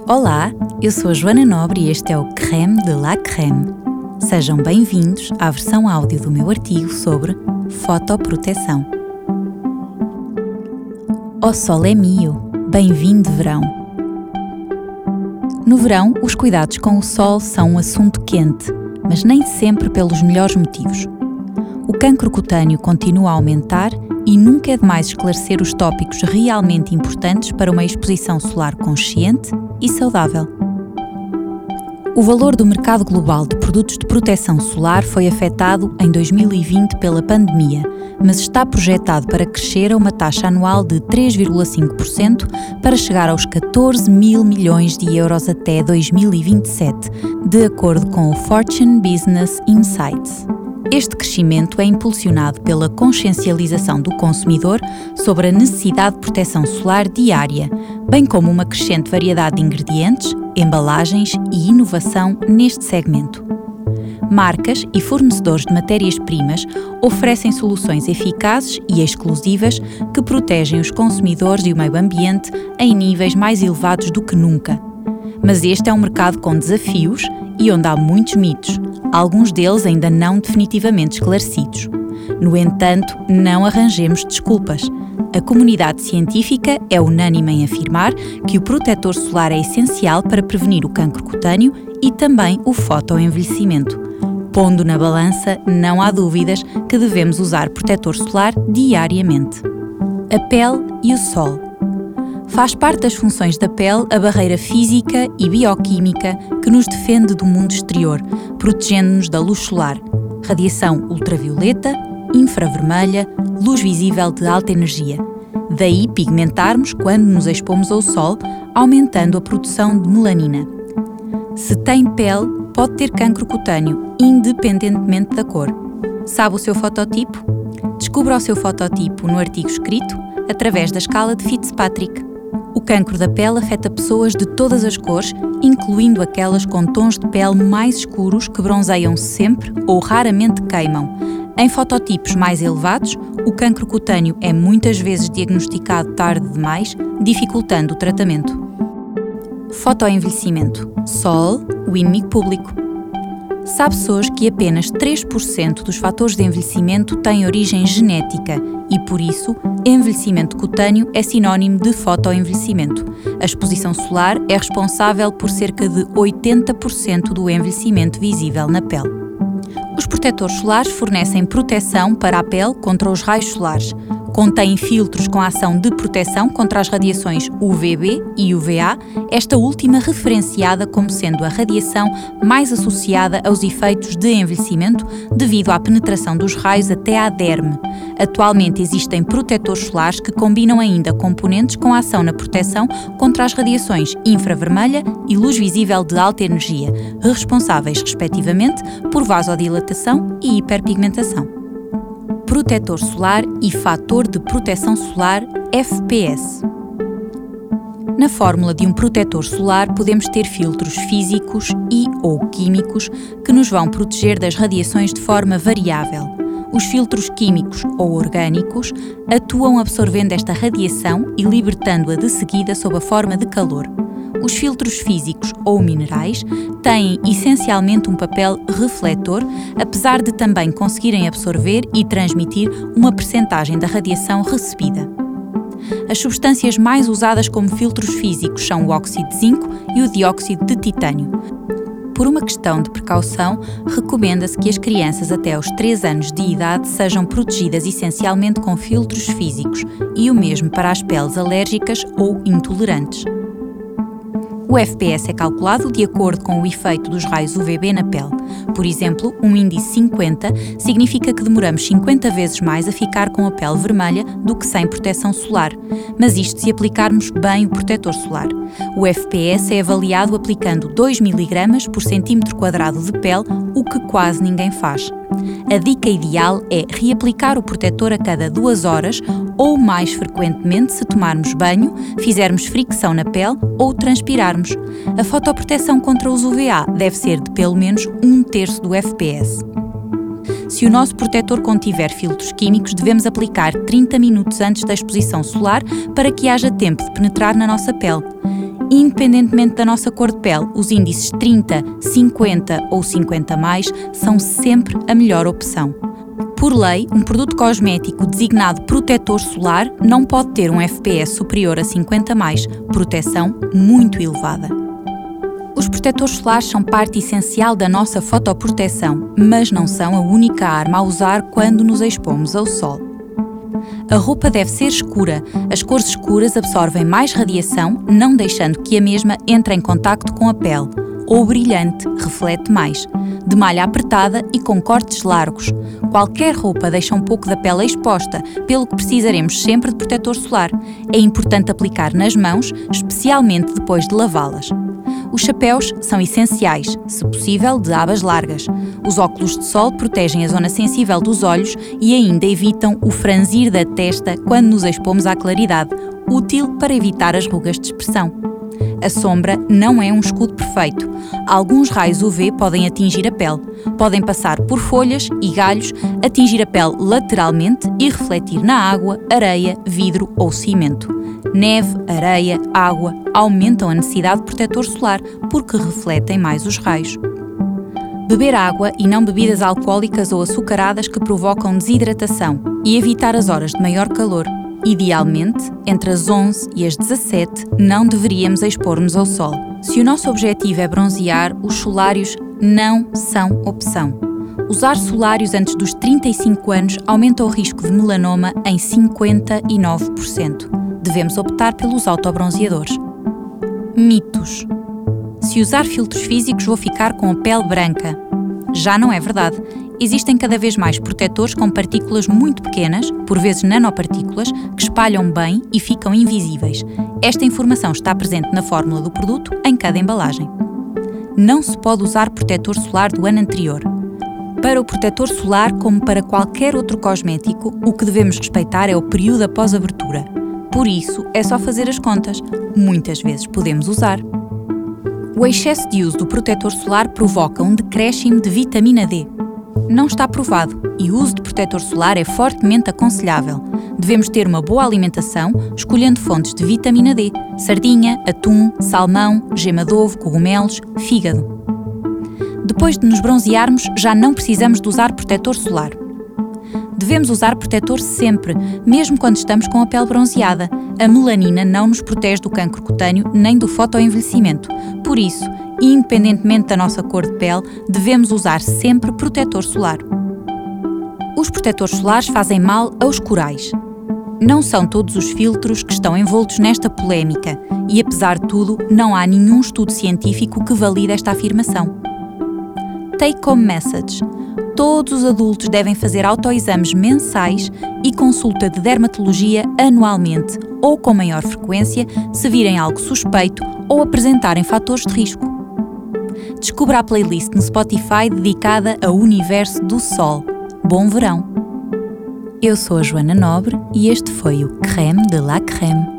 Olá, eu sou a Joana Nobre e este é o Crème de la Crème. Sejam bem-vindos à versão áudio do meu artigo sobre fotoproteção. O sol é mio, bem-vindo verão. No verão, os cuidados com o sol são um assunto quente, mas nem sempre pelos melhores motivos. O cancro cutâneo continua a aumentar e nunca é demais esclarecer os tópicos realmente importantes para uma exposição solar consciente e saudável. O valor do mercado global de produtos de proteção solar foi afetado em 2020 pela pandemia, mas está projetado para crescer a uma taxa anual de 3,5% para chegar aos 14 mil milhões de euros até 2027, de acordo com o Fortune Business Insights. Este crescimento é impulsionado pela consciencialização do consumidor sobre a necessidade de proteção solar diária, bem como uma crescente variedade de ingredientes, embalagens e inovação neste segmento. Marcas e fornecedores de matérias-primas oferecem soluções eficazes e exclusivas que protegem os consumidores e o meio ambiente em níveis mais elevados do que nunca. Mas este é um mercado com desafios e onde há muitos mitos, alguns deles ainda não definitivamente esclarecidos. No entanto, não arranjemos desculpas. A comunidade científica é unânime em afirmar que o protetor solar é essencial para prevenir o cancro cutâneo e também o fotoenvelhecimento. Pondo na balança, não há dúvidas que devemos usar protetor solar diariamente. A pele e o sol. Faz parte das funções da pele a barreira física e bioquímica que nos defende do mundo exterior, protegendo-nos da luz solar, radiação ultravioleta, infravermelha, luz visível de alta energia. Daí pigmentarmos quando nos expomos ao sol, aumentando a produção de melanina. Se tem pele, pode ter cancro cutâneo, independentemente da cor. Sabe o seu fototipo? Descubra o seu fototipo no artigo escrito através da escala de Fitzpatrick. O cancro da pele afeta pessoas de todas as cores, incluindo aquelas com tons de pele mais escuros que bronzeiam sempre ou raramente queimam. Em fototipos mais elevados, o cancro cutâneo é muitas vezes diagnosticado tarde demais, dificultando o tratamento. Fotoenvelhecimento. Sol, o inimigo público. Sabe-se hoje que apenas 3% dos fatores de envelhecimento têm origem genética e, por isso, envelhecimento cutâneo é sinónimo de fotoenvelhecimento. A exposição solar é responsável por cerca de 80% do envelhecimento visível na pele. Os protetores solares fornecem proteção para a pele contra os raios solares. Contêm filtros com ação de proteção contra as radiações UVB e UVA, esta última referenciada como sendo a radiação mais associada aos efeitos de envelhecimento devido à penetração dos raios até à derme. Atualmente existem protetores solares que combinam ainda componentes com ação na proteção contra as radiações infravermelha e luz visível de alta energia, responsáveis, respectivamente, por vasodilatação e hiperpigmentação. Protetor solar e fator de proteção solar FPS. Na fórmula de um protetor solar podemos ter filtros físicos e/ou químicos que nos vão proteger das radiações de forma variável. Os filtros químicos ou orgânicos atuam absorvendo esta radiação e libertando-a de seguida sob a forma de calor. Os filtros físicos ou minerais têm essencialmente um papel refletor, apesar de também conseguirem absorver e transmitir uma percentagem da radiação recebida. As substâncias mais usadas como filtros físicos são o óxido de zinco e o dióxido de titânio. Por uma questão de precaução, recomenda-se que as crianças até aos 3 anos de idade sejam protegidas essencialmente com filtros físicos e o mesmo para as peles alérgicas ou intolerantes. O FPS é calculado de acordo com o efeito dos raios UVB na pele. Por exemplo, um índice 50 significa que demoramos 50 vezes mais a ficar com a pele vermelha do que sem proteção solar, mas isto se aplicarmos bem o protetor solar. O FPS é avaliado aplicando 2 mg por centímetro quadrado de pele, o que quase ninguém faz. A dica ideal é reaplicar o protetor a cada 2 horas ou mais frequentemente se tomarmos banho, fizermos fricção na pele ou transpirarmos. A fotoproteção contra os UVA deve ser de pelo menos 1/3 do FPS. Se o nosso protetor contiver filtros químicos, devemos aplicar 30 minutos antes da exposição solar para que haja tempo de penetrar na nossa pele. Independentemente da nossa cor de pele, os índices 30, 50 ou 50+, são sempre a melhor opção. Por lei, um produto cosmético designado protetor solar não pode ter um FPS superior a 50+, proteção muito elevada. Os protetores solares são parte essencial da nossa fotoproteção, mas não são a única arma a usar quando nos expomos ao sol. A roupa deve ser escura. As cores escuras absorvem mais radiação, não deixando que a mesma entre em contacto com a pele. Ou brilhante, reflete mais. De malha apertada e com cortes largos. Qualquer roupa deixa um pouco da pele exposta, pelo que precisaremos sempre de protetor solar. É importante aplicar nas mãos, especialmente depois de lavá-las. Os chapéus são essenciais, se possível de abas largas. Os óculos de sol protegem a zona sensível dos olhos e ainda evitam o franzir da testa quando nos expomos à claridade, útil para evitar as rugas de expressão. A sombra não é um escudo perfeito. Alguns raios UV podem atingir a pele. Podem passar por folhas e galhos, atingir a pele lateralmente e refletir na água, areia, vidro ou cimento. Neve, areia, água aumentam a necessidade de protetor solar porque refletem mais os raios. Beber água e não bebidas alcoólicas ou açucaradas que provocam desidratação e evitar as horas de maior calor. Idealmente, entre as 11 e as 17, não deveríamos expor-nos ao sol. Se o nosso objetivo é bronzear, os solários não são opção. Usar solários antes dos 35 anos aumenta o risco de melanoma em 59%. Devemos optar pelos autobronzeadores. Mitos. Se usar filtros físicos vou ficar com a pele branca. Já não é verdade. Existem cada vez mais protetores com partículas muito pequenas, por vezes nanopartículas, que espalham bem e ficam invisíveis. Esta informação está presente na fórmula do produto em cada embalagem. Não se pode usar protetor solar do ano anterior. Para o protetor solar, como para qualquer outro cosmético, o que devemos respeitar é o período após abertura. Por isso, é só fazer as contas. Muitas vezes podemos usar. O excesso de uso do protetor solar provoca um decréscimo de vitamina D. Não está provado e o uso de protetor solar é fortemente aconselhável. Devemos ter uma boa alimentação, escolhendo fontes de vitamina D, sardinha, atum, salmão, gema de ovo, cogumelos, fígado. Depois de nos bronzearmos, já não precisamos de usar protetor solar. Devemos usar protetor sempre, mesmo quando estamos com a pele bronzeada. A melanina não nos protege do cancro cutâneo nem do fotoenvelhecimento. Por isso, independentemente da nossa cor de pele, devemos usar sempre protetor solar. Os protetores solares fazem mal aos corais. Não são todos os filtros que estão envoltos nesta polémica e, apesar de tudo, não há nenhum estudo científico que valide esta afirmação. Take home message. Todos os adultos devem fazer autoexames mensais e consulta de dermatologia anualmente ou com maior frequência se virem algo suspeito ou apresentarem fatores de risco. Descubra a playlist no Spotify dedicada ao universo do sol. Bom verão! Eu sou a Joana Nobre e este foi o Crème de la Crème.